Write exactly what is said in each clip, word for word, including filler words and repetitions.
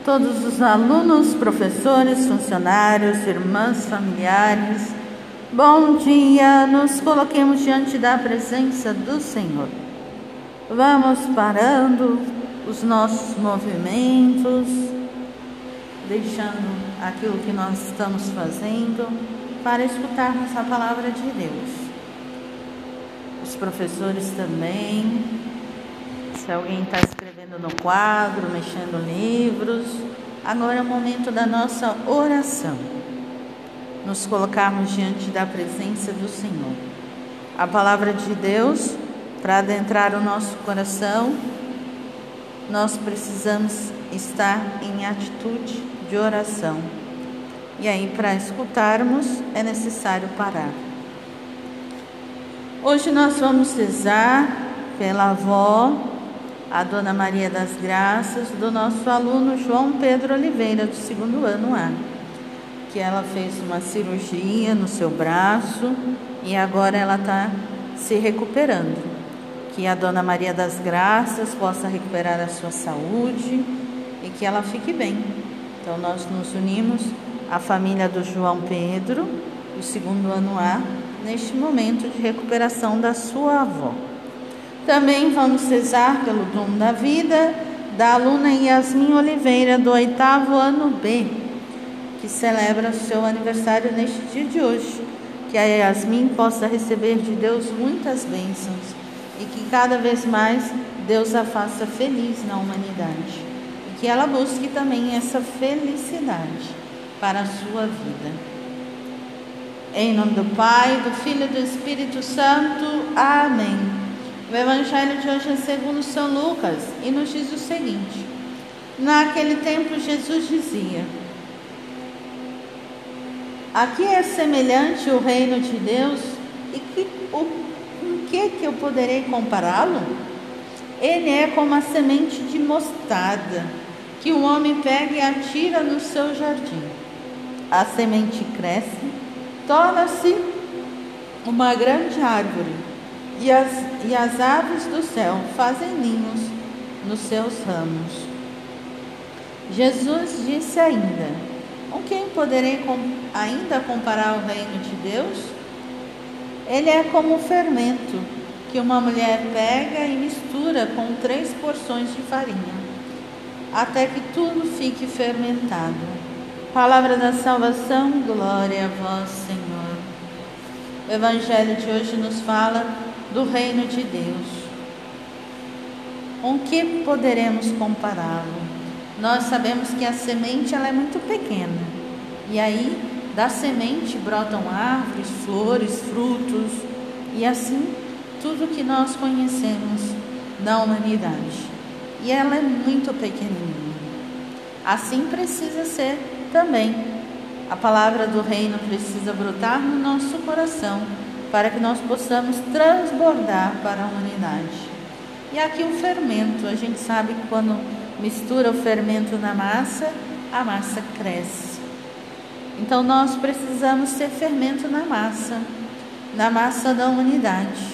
todos os alunos, professores, funcionários, irmãs, familiares, bom dia. Nos coloquemos diante da presença do Senhor. Vamos parando os nossos movimentos, deixando aquilo que nós estamos fazendo para escutarmos a palavra de Deus. Os professores também. Se alguém está escrevendo no quadro, mexendo livros, agora é o momento da nossa oração. Nos colocarmos diante da presença do Senhor. A palavra de Deus, para adentrar o nosso coração, nós precisamos estar em atitude de oração. E aí, para escutarmos, é necessário parar. Hoje nós vamos rezar pela avó, a Dona Maria das Graças, do nosso aluno João Pedro Oliveira, do segundo ano A, que ela fez uma cirurgia no seu braço e agora ela está se recuperando. Que a Dona Maria das Graças possa recuperar a sua saúde e que ela fique bem. Então nós nos unimos à família do João Pedro, do segundo ano A, neste momento de recuperação da sua avó. Também vamos rezar pelo dom da vida da aluna Yasmin Oliveira, do oitavo ano B, que celebra o seu aniversário neste dia de hoje. Que a Yasmin possa receber de Deus muitas bênçãos e que cada vez mais Deus a faça feliz na humanidade. E que ela busque também essa felicidade para a sua vida. Em nome do Pai, do Filho e do Espírito Santo. Amém. O Evangelho de hoje é segundo São Lucas e nos diz o seguinte: naquele tempo Jesus dizia: aqui é semelhante o reino de Deus e que, o, com que, que eu poderei compará-lo? Ele é como a semente de mostarda que um homem pega e atira no seu jardim. A semente cresce, torna-se uma grande árvore. E as, e as aves do céu fazem ninhos nos seus ramos. Jesus disse ainda: com quem poderei com, ainda comparar o reino de Deus? Ele é como o fermento que uma mulher pega e mistura com três porções de farinha, até que tudo fique fermentado. Palavra da salvação, glória a vós, Senhor. O Evangelho de hoje nos fala do reino de Deus. Com que poderemos compará-lo? Nós sabemos que a semente ela é muito pequena. E aí, da semente brotam árvores, flores, frutos. E assim, tudo que nós conhecemos na humanidade. E ela é muito pequenininha. Assim precisa ser também. A palavra do reino precisa brotar no nosso coração, para que nós possamos transbordar para a humanidade. E aqui o fermento, a gente sabe que quando mistura o fermento na massa, a massa cresce. Então nós precisamos ser fermento na massa, na massa da humanidade.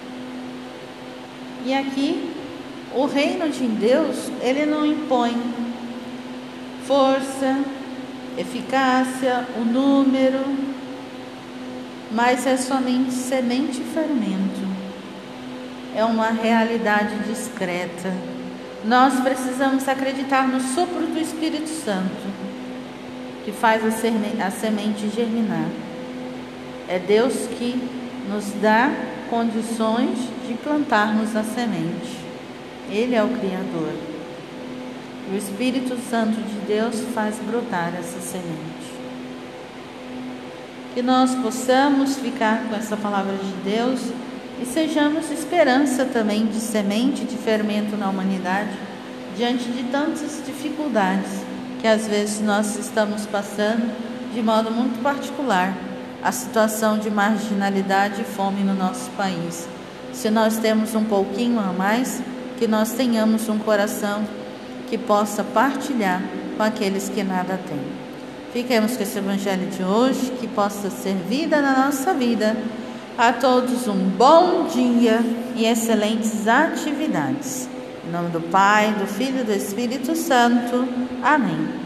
E aqui, o reino de Deus, ele não impõe força, eficácia, o número, mas é somente semente e fermento. É uma realidade discreta. Nós precisamos acreditar no sopro do Espírito Santo, que faz a semente germinar. É Deus que nos dá condições de plantarmos a semente. Ele é o Criador. O Espírito Santo de Deus faz brotar essa semente. Que nós possamos ficar com essa palavra de Deus e sejamos esperança também de semente, de fermento na humanidade, diante de tantas dificuldades que às vezes nós estamos passando de modo muito particular, a situação de marginalidade e fome no nosso país. Se nós temos um pouquinho a mais, que nós tenhamos um coração que possa partilhar com aqueles que nada têm. Fiquemos com esse Evangelho de hoje, que possa ser vida na nossa vida. A todos um bom dia e excelentes atividades. Em nome do Pai, do Filho e do Espírito Santo. Amém.